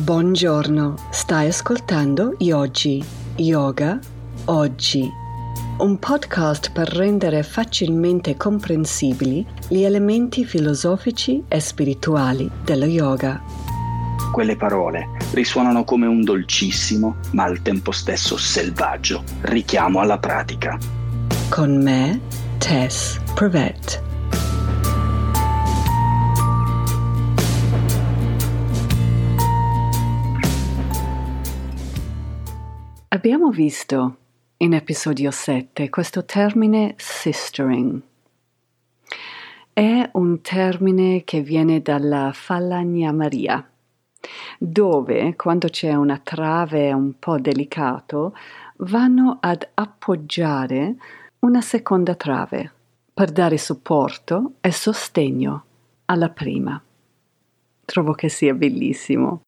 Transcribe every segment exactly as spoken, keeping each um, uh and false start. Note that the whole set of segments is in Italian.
Buongiorno, stai ascoltando Yogi, Yoga Oggi, un podcast per rendere facilmente comprensibili gli elementi filosofici e spirituali dello yoga. Quelle parole risuonano come un dolcissimo, ma al tempo stesso selvaggio, richiamo alla pratica. Con me, Tess Prevet. Abbiamo visto in episodio sette questo termine sistering. È un termine che viene dalla falegnameria, dove quando c'è una trave un po' delicato vanno ad appoggiare una seconda trave per dare supporto e sostegno alla prima. Trovo che sia bellissimo.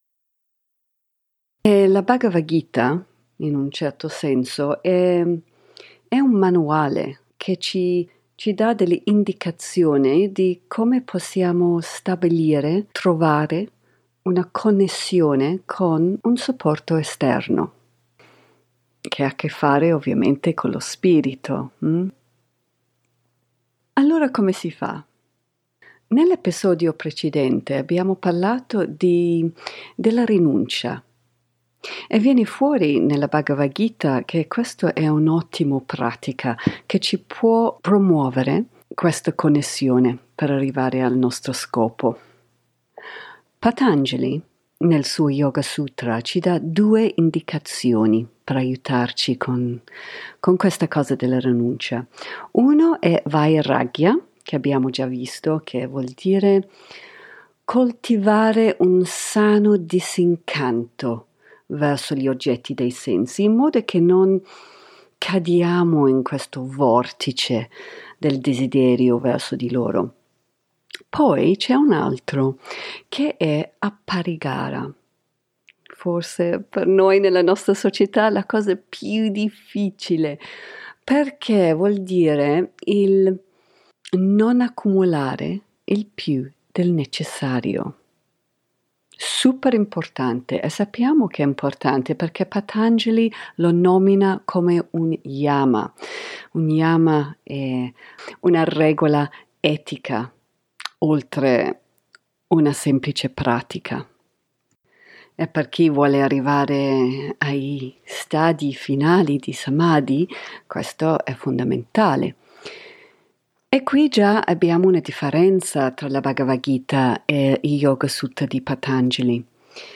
E la Bhagavad Gita, in un certo senso, è, è un manuale che ci, ci dà delle indicazioni di come possiamo stabilire, trovare una connessione con un supporto esterno, che ha a che fare ovviamente con lo spirito. Hm? Allora come si fa? Nell'episodio precedente abbiamo parlato di, della rinuncia. E viene fuori nella Bhagavad Gita che questa è un'ottima pratica che ci può promuovere questa connessione per arrivare al nostro scopo. Patanjali, nel suo Yoga Sutra, ci dà due indicazioni per aiutarci con, con questa cosa della rinuncia. Uno è Vairagya, che abbiamo già visto, che vuol dire coltivare un sano disincanto verso gli oggetti dei sensi, in modo che non cadiamo in questo vortice del desiderio verso di loro. Poi c'è un altro che è apparigara. Forse per noi nella nostra società la cosa più difficile, perché vuol dire il non accumulare il più del necessario. Super importante, e sappiamo che è importante perché Patanjali lo nomina come un yama. Un yama è una regola etica, oltre una semplice pratica. E per chi vuole arrivare ai stadi finali di Samadhi, questo è fondamentale. E qui già abbiamo una differenza tra la Bhagavad Gita e il Yoga Sutta di Patanjali.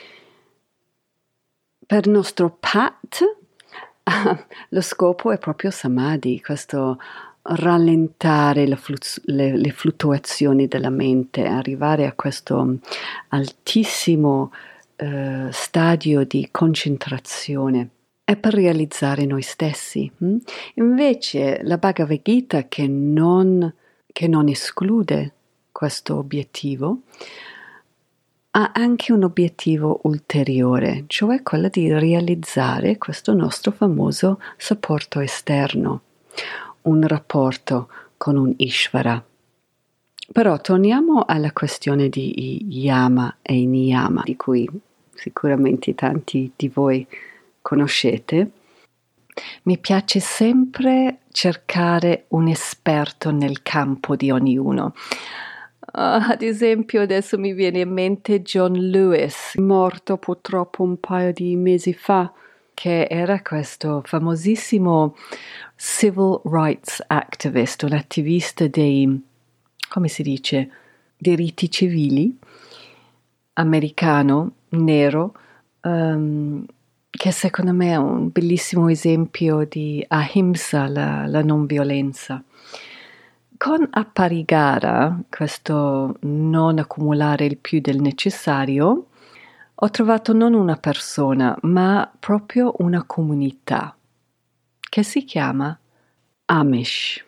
Per il nostro Pat, lo scopo è proprio Samadhi, questo rallentare le, fluttu- le, le fluttuazioni della mente, arrivare a questo altissimo eh, stadio di concentrazione. È per realizzare noi stessi. Hm? Invece la Bhagavad Gita, che non, che non esclude questo obiettivo, ha anche un obiettivo ulteriore, cioè quello di realizzare questo nostro famoso supporto esterno, un rapporto con un Ishvara. Però torniamo alla questione di yama e niyama, di cui sicuramente tanti di voi conoscete. Mi piace sempre cercare un esperto nel campo di ognuno. Uh, ad esempio adesso mi viene in mente John Lewis, morto purtroppo un paio di mesi fa, che era questo famosissimo civil rights activist, un attivista dei, come si dice, diritti civili, americano, nero, um, che secondo me è un bellissimo esempio di ahimsa, la, la non violenza. Con apparigara, questo non accumulare il più del necessario, ho trovato non una persona, ma proprio una comunità, che si chiama Amish.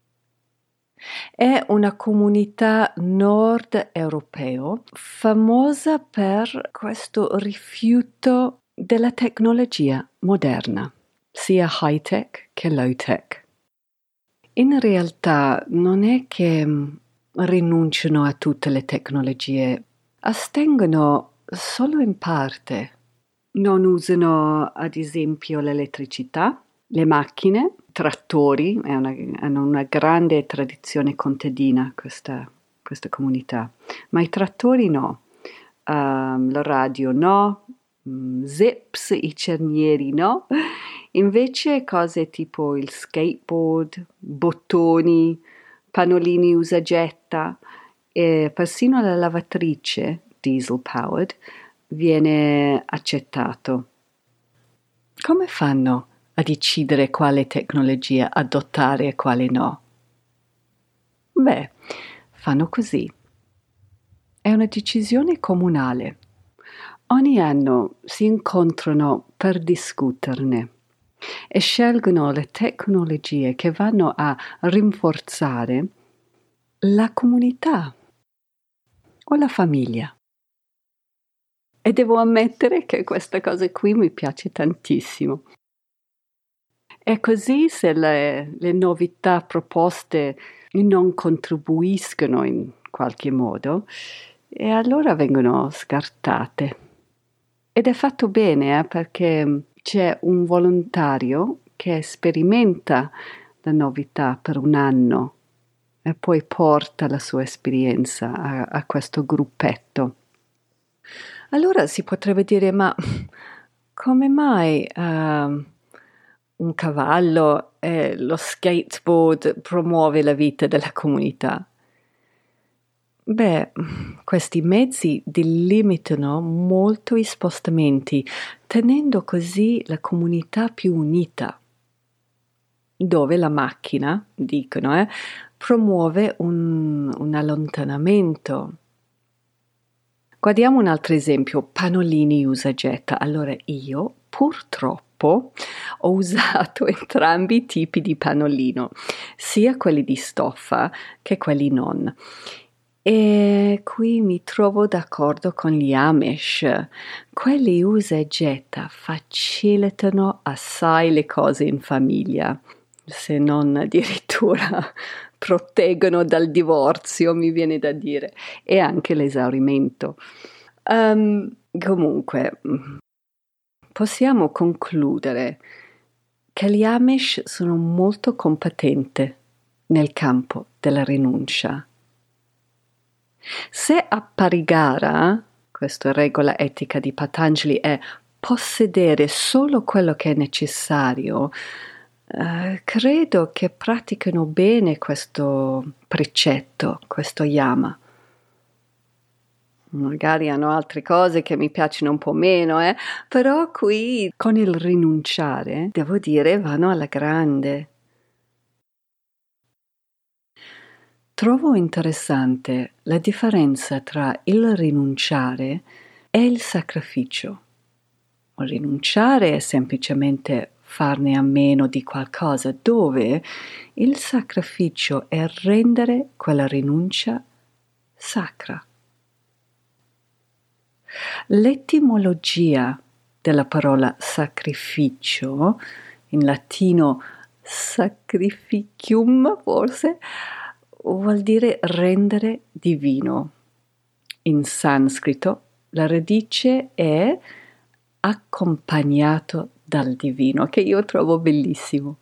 È una comunità nord europeo famosa per questo rifiuto della tecnologia moderna, sia high-tech che low-tech. In realtà non è che rinunciano a tutte le tecnologie, astengono solo in parte. Non usano ad esempio l'elettricità, le macchine, trattori, è una, hanno una grande tradizione contadina questa, questa comunità, ma i trattori no, um, la radio no, um, zips, i cernieri no, invece cose tipo il skateboard, bottoni, pannolini usa-getta e persino la lavatrice diesel powered viene accettato. Come fanno a decidere quale tecnologia adottare e quale no? Beh, fanno così. È una decisione comunale. Ogni anno si incontrano per discuterne e scelgono le tecnologie che vanno a rinforzare la comunità o la famiglia. E devo ammettere che questa cosa qui mi piace tantissimo. E così se le, le novità proposte non contribuiscono in qualche modo, e allora vengono scartate. Ed è fatto bene, eh, perché c'è un volontario che sperimenta la novità per un anno e poi porta la sua esperienza a, a questo gruppetto. Allora si potrebbe dire, ma come mai uh, un cavallo e lo skateboard promuove la vita della comunità? Beh, questi mezzi delimitano molto i spostamenti, tenendo così la comunità più unita, dove la macchina, dicono, eh, promuove un, un allontanamento. Guardiamo un altro esempio, pannolini usa-getta. Allora io purtroppo ho usato entrambi i tipi di pannolino, sia quelli di stoffa che quelli non. E qui mi trovo d'accordo con gli Amish. Quelli usa e getta facilitano assai le cose in famiglia, se non addirittura proteggono dal divorzio, mi viene da dire, e anche l'esaurimento. Um, comunque, possiamo concludere che gli Amish sono molto competenti nel campo della rinuncia. Se apparigara, questa regola etica di Patanjali, è possedere solo quello che è necessario, Uh, credo che praticano bene questo precetto, questo yama. Magari hanno altre cose che mi piacciono un po' meno, eh? Però qui con il rinunciare, devo dire, vanno alla grande. Trovo interessante la differenza tra il rinunciare e il sacrificio. Rinunciare è semplicemente farne a meno di qualcosa, dove il sacrificio è rendere quella rinuncia sacra. L'etimologia della parola sacrificio, in latino sacrificium forse, vuol dire rendere divino. In sanscrito la radice è accompagnato dal divino, che io trovo bellissimo.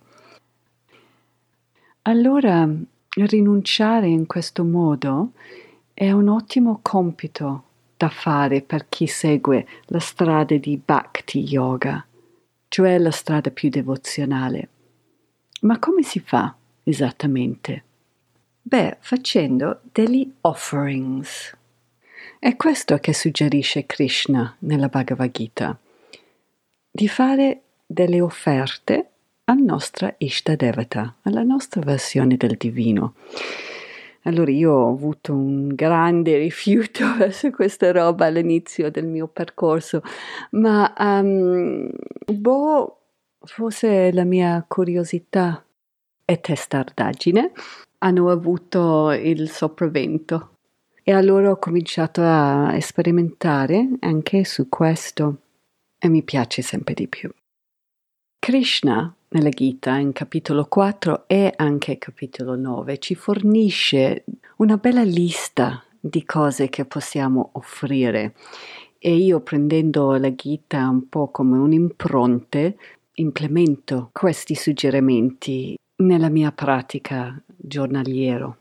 Allora, rinunciare in questo modo è un ottimo compito da fare per chi segue la strada di Bhakti Yoga, cioè la strada più devozionale. Ma come si fa esattamente? Beh, facendo degli offerings. È questo che suggerisce Krishna nella Bhagavad Gita, di fare delle offerte al nostro Ishtadevata, alla nostra versione del divino. Allora io ho avuto un grande rifiuto verso questa roba all'inizio del mio percorso, ma um, boh, forse la mia curiosità e testardaggine hanno avuto il sopravvento e allora ho cominciato a sperimentare anche su questo e mi piace sempre di più. Krishna nella Gita, in capitolo quattro e anche capitolo nove, ci fornisce una bella lista di cose che possiamo offrire E io, prendendo la Gita un po' come un'impronte, implemento questi suggerimenti nella mia pratica giornaliero.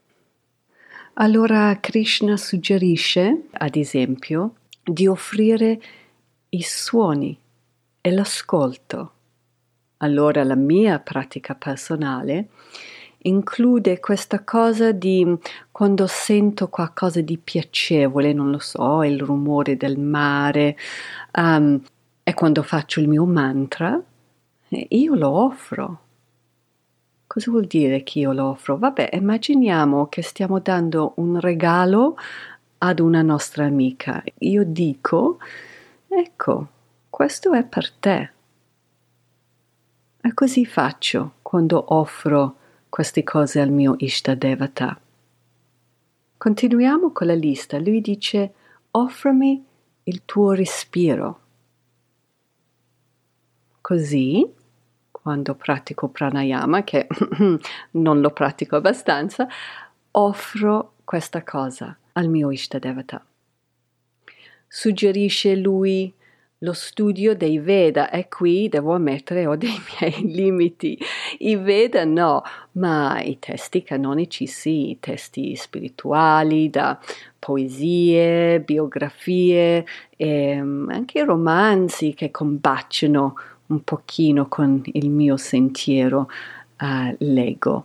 Allora Krishna suggerisce, ad esempio, di offrire i suoni e l'ascolto. Allora la mia pratica personale include questa cosa di quando sento qualcosa di piacevole, non lo so, il rumore del mare, um, e quando faccio il mio mantra, io lo offro. Cosa vuol dire che io lo offro? Vabbè, immaginiamo che stiamo dando un regalo ad una nostra amica. Io dico, ecco, questo è per te. E così faccio quando offro queste cose al mio Ishtadevata. Continuiamo con la lista. Lui dice, offrimi il tuo respiro. Così, quando pratico pranayama, che non lo pratico abbastanza, offro questa cosa al mio Ishtadevata. Suggerisce lui lo studio dei Veda, e qui devo ammettere ho dei miei limiti. I Veda no, ma i testi canonici sì, i testi spirituali, da poesie, biografie, e anche romanzi che combaciano un pochino con il mio sentiero uh, leggo.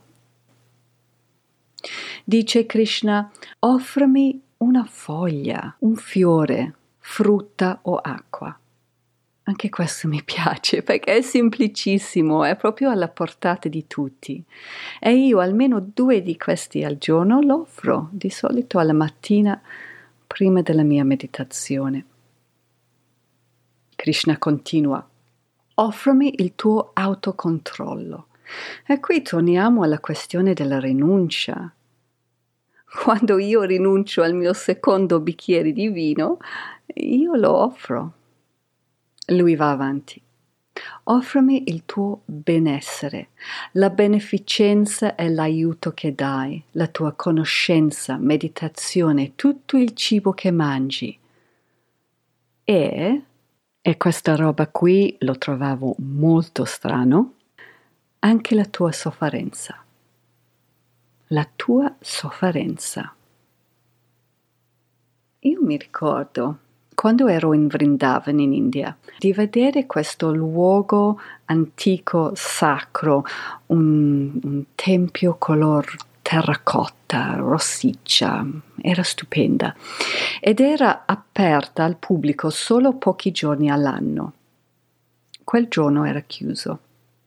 Dice Krishna, offrimi una foglia, un fiore, frutta o acqua. Anche questo mi piace perché è semplicissimo, è proprio alla portata di tutti. E io almeno due di questi al giorno lo offro, di solito alla mattina prima della mia meditazione. Krishna continua, offrimi il tuo autocontrollo. E qui torniamo alla questione della rinuncia. Quando io rinuncio al mio secondo bicchiere di vino, io lo offro. Lui va avanti. Offrimi il tuo benessere, la beneficenza e l'aiuto che dai, la tua conoscenza, meditazione, tutto il cibo che mangi. E, e questa roba qui lo trovavo molto strano, anche la tua sofferenza. La tua sofferenza. Io mi ricordo, quando ero in Vrindavan in India, di vedere questo luogo antico sacro, un, un tempio color terracotta, rossiccia, era stupenda ed era aperta al pubblico solo pochi giorni all'anno. Quel giorno era chiuso.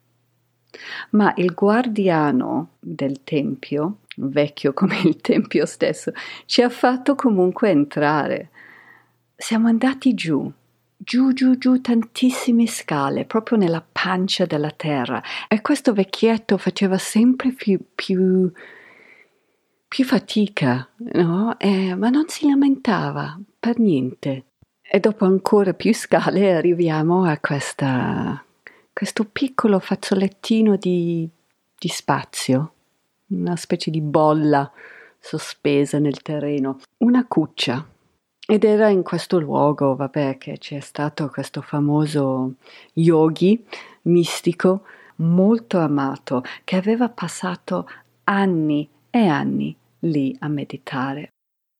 Ma il guardiano del tempio, vecchio come il tempio stesso, ci ha fatto comunque entrare. Siamo andati giù, giù, giù, giù, tantissime scale, proprio nella pancia della terra. E questo vecchietto faceva sempre più, più, più fatica, no? Eh, ma non si lamentava per niente. E dopo ancora più scale arriviamo a questa... questo piccolo fazzolettino di, di spazio, una specie di bolla sospesa nel terreno, una cuccia. Ed era in questo luogo, vabbè, che c'è stato questo famoso yogi mistico molto amato, che aveva passato anni e anni lì a meditare.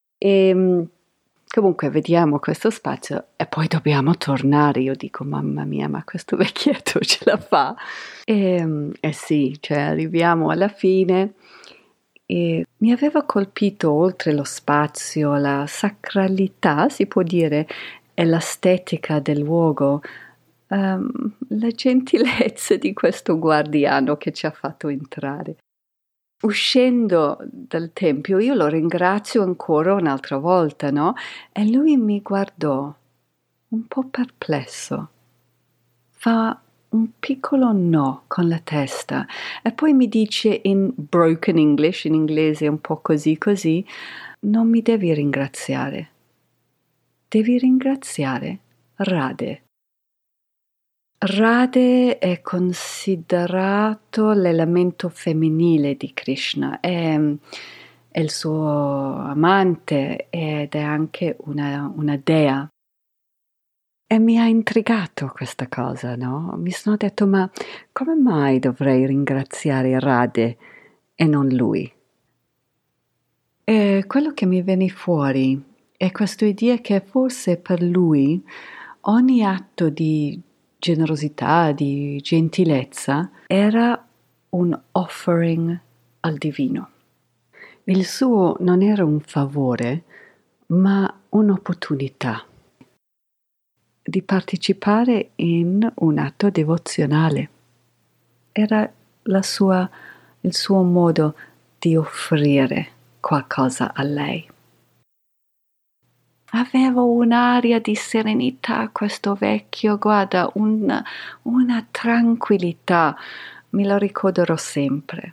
E comunque vediamo questo spazio e poi dobbiamo tornare. Io dico, mamma mia, ma questo vecchietto ce la fa? E eh sì, cioè arriviamo alla fine e mi aveva colpito, oltre lo spazio, la sacralità, si può dire, e l'estetica del luogo, um, la gentilezza di questo guardiano che ci ha fatto entrare. Uscendo dal tempio io lo ringrazio ancora un'altra volta, no? E lui mi guardò un po' perplesso, fa un piccolo no con la testa e poi mi dice in broken English, in inglese un po' così così, non mi devi ringraziare, devi ringraziare Radhe. Radhe è considerato l'elemento femminile di Krishna, è, è il suo amante ed è anche una, una dea. E mi ha intrigato questa cosa, no? Mi sono detto, ma come mai dovrei ringraziare Rade e non lui? E quello che mi venne fuori è questa idea che forse per lui ogni atto di generosità, di gentilezza, era un offering al divino. Il suo non era un favore, ma un'opportunità di partecipare in un atto devozionale. Era la sua, il suo modo di offrire qualcosa a lei. Aveva un'aria di serenità questo vecchio, guarda, un, una tranquillità, me lo ricorderò sempre.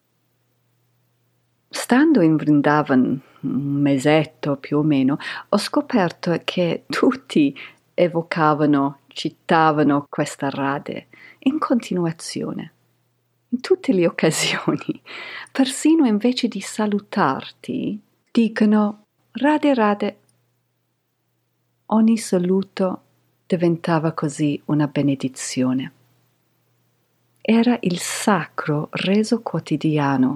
Stando in Vrindavan un mesetto più o meno, ho scoperto che tutti evocavano, citavano questa Rade in continuazione, in tutte le occasioni. Persino invece di salutarti, dicono Rade Rade. Ogni saluto diventava così una benedizione. Era il sacro reso quotidiano,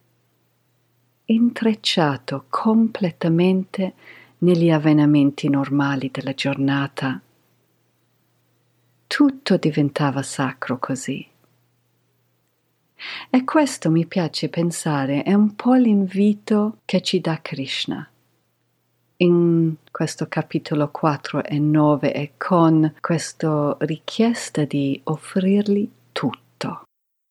intrecciato completamente negli avvenimenti normali della giornata. Tutto diventava sacro così. E questo mi piace pensare è un po' l'invito che ci dà Krishna in questo capitolo quattro e nove e con questa richiesta di offrirgli tutto.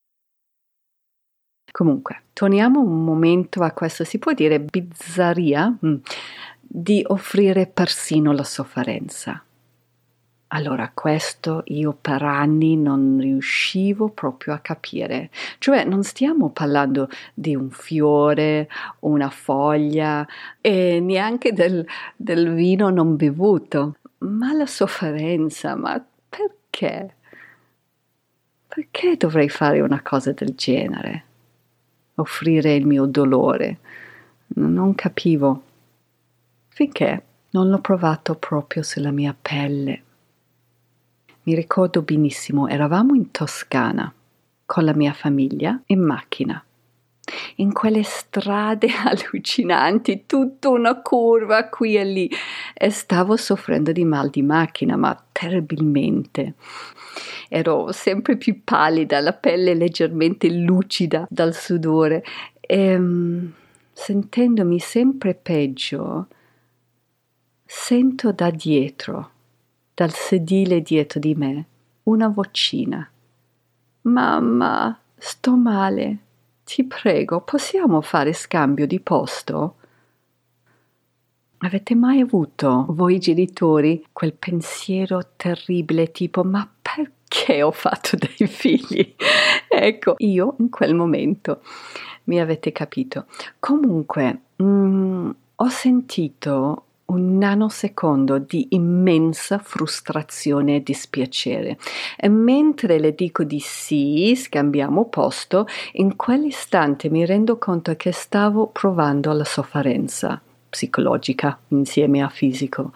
Comunque, torniamo un momento a questa, si può dire, bizzarria mm, di offrire persino la sofferenza. Allora, questo io per anni non riuscivo proprio a capire. Cioè, non stiamo parlando di un fiore, una foglia e neanche del, del vino non bevuto, ma la sofferenza, ma perché? Perché dovrei fare una cosa del genere? Offrire il mio dolore? Non capivo. Finché non l'ho provato proprio sulla mia pelle. Mi ricordo benissimo, eravamo in Toscana con la mia famiglia in macchina, in quelle strade allucinanti, tutta una curva qui e lì, e stavo soffrendo di mal di macchina, ma terribilmente. Ero sempre più pallida, la pelle leggermente lucida dal sudore e sentendomi sempre peggio, sento da dietro, dal sedile dietro di me, una vocina. Mamma, sto male, ti prego, possiamo fare scambio di posto? Avete mai avuto, voi genitori, quel pensiero terribile tipo, ma perché ho fatto dei figli? Ecco, io in quel momento, mi avete capito. Comunque, mm, ho sentito un nanosecondo di immensa frustrazione e dispiacere. E mentre le dico di sì, scambiamo posto, in quell'istante mi rendo conto che stavo provando la sofferenza psicologica insieme a fisico.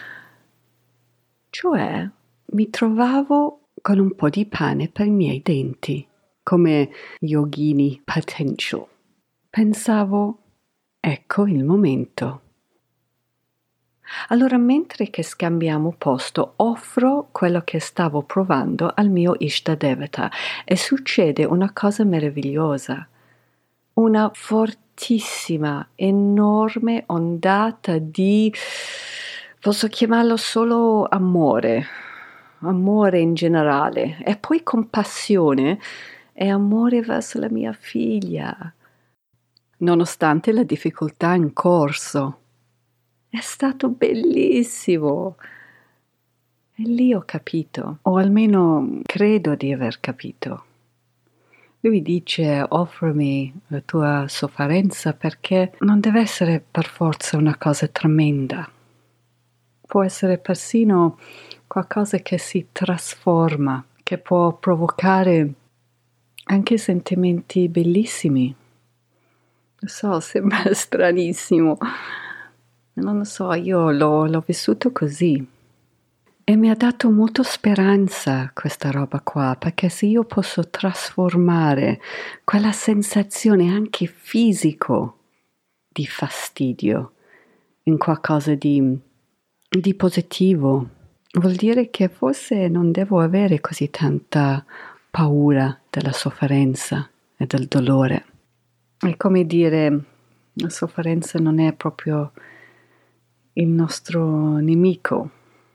Cioè, mi trovavo con un po' di pane per i miei denti, come Yogini Potential. Pensavo, ecco il momento. Allora, mentre che scambiamo posto, offro quello che stavo provando al mio Ishtadevata e succede una cosa meravigliosa. Una fortissima, enorme ondata di, posso chiamarlo solo amore, amore in generale, e poi compassione e amore verso la mia figlia, nonostante la difficoltà in corso. È stato bellissimo. E lì ho capito, o almeno credo di aver capito. Lui dice, offrimi la tua sofferenza perché non deve essere per forza una cosa tremenda. Può essere persino qualcosa che si trasforma, che può provocare anche sentimenti bellissimi. Lo so, sembra stranissimo. Non lo so, io l'ho, l'ho vissuto così. E mi ha dato molta speranza questa roba qua, perché se io posso trasformare quella sensazione anche fisico di fastidio in qualcosa di, di positivo, vuol dire che forse non devo avere così tanta paura della sofferenza e del dolore. È come dire, la sofferenza non è proprio il nostro nemico.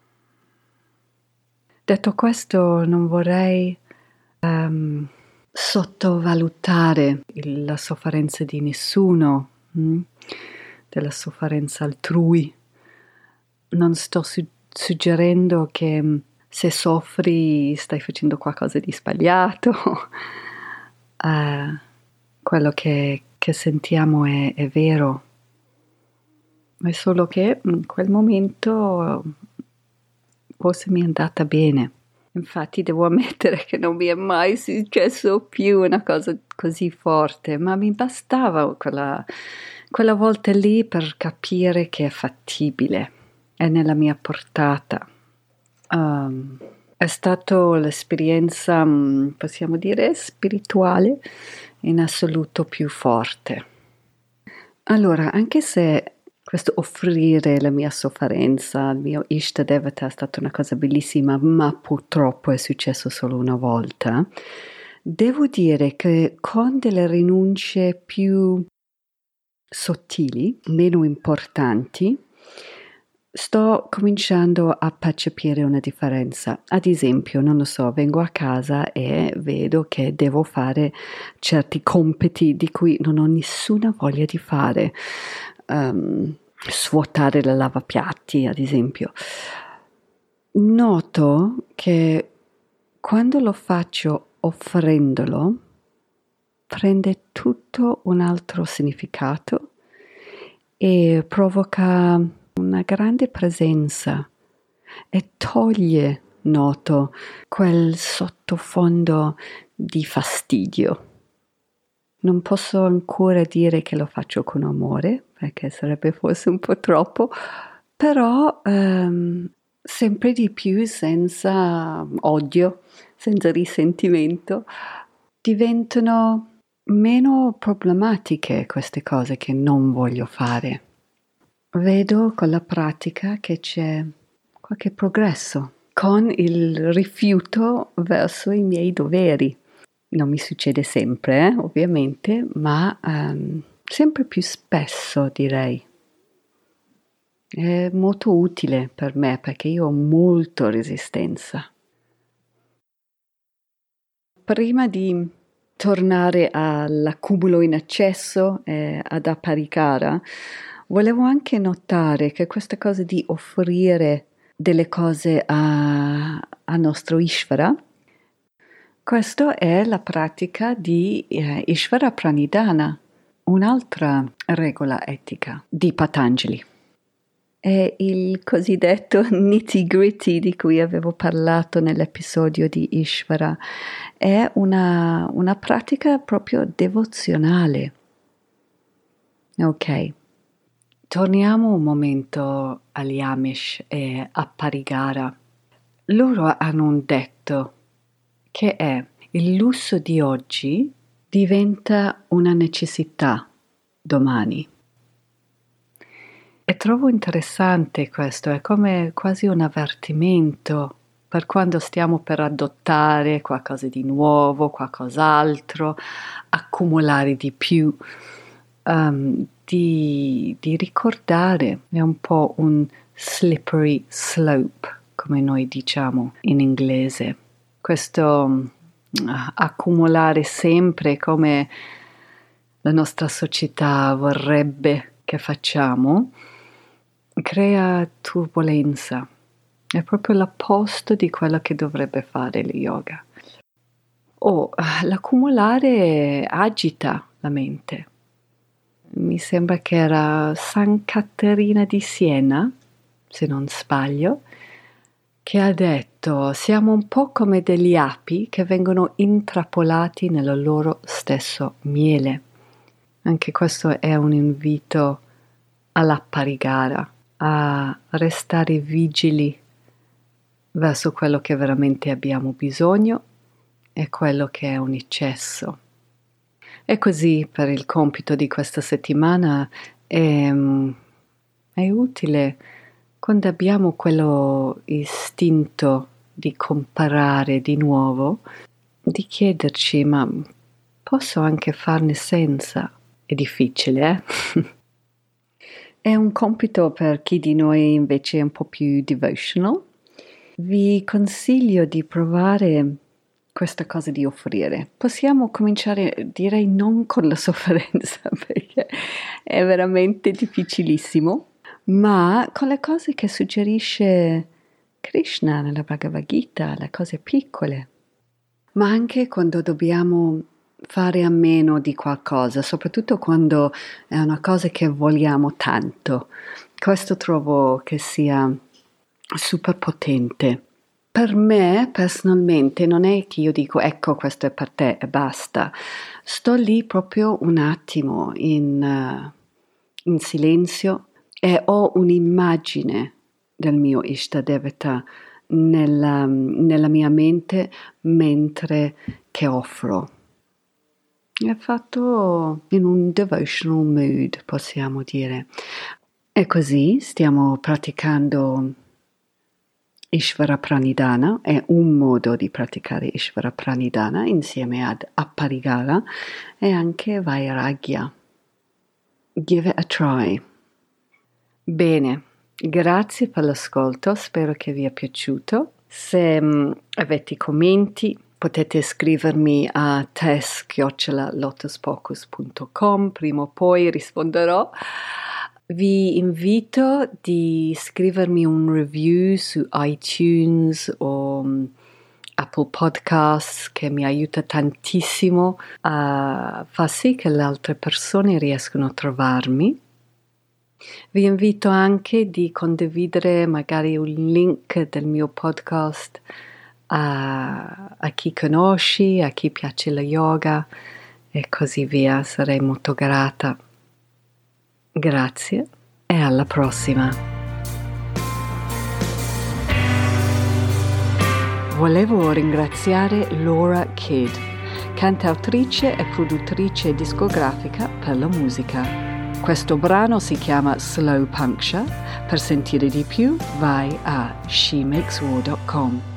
Detto questo, non vorrei um, sottovalutare il, la sofferenza di nessuno, hm? della sofferenza altrui. Non sto su- suggerendo che se soffri stai facendo qualcosa di sbagliato. uh, quello che, che sentiamo è, è vero. È solo che in quel momento forse mi è andata bene. Infatti devo ammettere che non mi è mai successo più una cosa così forte, ma mi bastava quella, quella volta lì per capire che è fattibile, è nella mia portata. Um, è stata l'esperienza, possiamo dire, spirituale in assoluto più forte. Allora, anche se questo offrire la mia sofferenza, il mio Ishtadevata è stata una cosa bellissima, ma purtroppo è successo solo una volta, devo dire che con delle rinunce più sottili, meno importanti, sto cominciando a percepire una differenza. Ad esempio, non lo so, vengo a casa e vedo che devo fare certi compiti di cui non ho nessuna voglia di fare. Um, svuotare la lavapiatti, ad esempio. Noto che quando lo faccio offrendolo, prende tutto un altro significato e provoca una grande presenza e toglie, noto, quel sottofondo di fastidio. Non posso ancora dire che lo faccio con amore, perché sarebbe forse un po' troppo, però ehm, sempre di più senza odio, senza risentimento, diventano meno problematiche queste cose che non voglio fare. Vedo con la pratica che c'è qualche progresso, con il rifiuto verso i miei doveri. Non mi succede sempre, eh, ovviamente, ma um, sempre più spesso, direi. È molto utile per me perché io ho molta resistenza. Prima di tornare all'accumulo in eccesso e ad apparicare, volevo anche notare che questa cosa di offrire delle cose a, a nostro Ishvara, questa è la pratica di eh, Ishvara Pranidhana, un'altra regola etica di Patanjali. È il cosiddetto nitty gritty di cui avevo parlato nell'episodio di Ishvara. È una, una pratica proprio devozionale. Ok, torniamo un momento agli Amish e a Parigara. Loro hanno un detto che è: il lusso di oggi diventa una necessità domani. E trovo interessante questo, è come quasi un avvertimento per quando stiamo per adottare qualcosa di nuovo, qualcos'altro, accumulare di più, um, di, di ricordare, è un po' un slippery slope, come noi diciamo in inglese. Questo uh, accumulare sempre come la nostra società vorrebbe che facciamo, crea turbolenza. È proprio l'opposto di quello che dovrebbe fare lo yoga. O uh, l'accumulare agita la mente. Mi sembra che era San Caterina di Siena, se non sbaglio, che ha detto: siamo un po' come degli api che vengono intrappolati nel loro stesso miele. Anche questo è un invito alla parigara, a restare vigili verso quello che veramente abbiamo bisogno e quello che è un eccesso. E così per il compito di questa settimana è, è utile quando abbiamo quello istinto di comparare di nuovo, di chiederci: ma posso anche farne senza? È difficile, eh? È un compito per chi di noi invece è un po' più devotional. Vi consiglio di provare questa cosa di offrire. Possiamo cominciare, direi, non con la sofferenza, perché è veramente difficilissimo, ma con le cose che suggerisce Krishna nella Bhagavad Gita, le cose piccole. Ma anche quando dobbiamo fare a meno di qualcosa, soprattutto quando è una cosa che vogliamo tanto. Questo trovo che sia super potente. Per me, personalmente, non è che io dico: ecco, questo è per te e basta. Sto lì proprio un attimo in, uh, in silenzio e ho un'immagine del mio Ishtadevata nella, nella mia mente mentre che offro. È fatto in un devotional mood, possiamo dire. E così stiamo praticando Ishvara Pranidhana. È un modo di praticare Ishvara Pranidhana insieme ad Aparigala e anche Vairagya. Give it a try. Bene, grazie per l'ascolto, spero che vi è piaciuto. Se um, avete commenti potete scrivermi a tess chiocciola lotuspocus punto com, prima o poi risponderò. Vi invito di scrivermi un review su iTunes o um, Apple Podcasts, che mi aiuta tantissimo a far sì che le altre persone riescano a trovarmi. Vi invito anche di condividere magari un link del mio podcast A, a chi conosci, a chi piace la yoga e così via. Sarei molto grata. Grazie e alla prossima. Volevo ringraziare Laura Kidd, cantautrice e produttrice discografica per la musica. Questo brano si chiama Slow Puncture. Per sentire di più vai a she makes war dot com.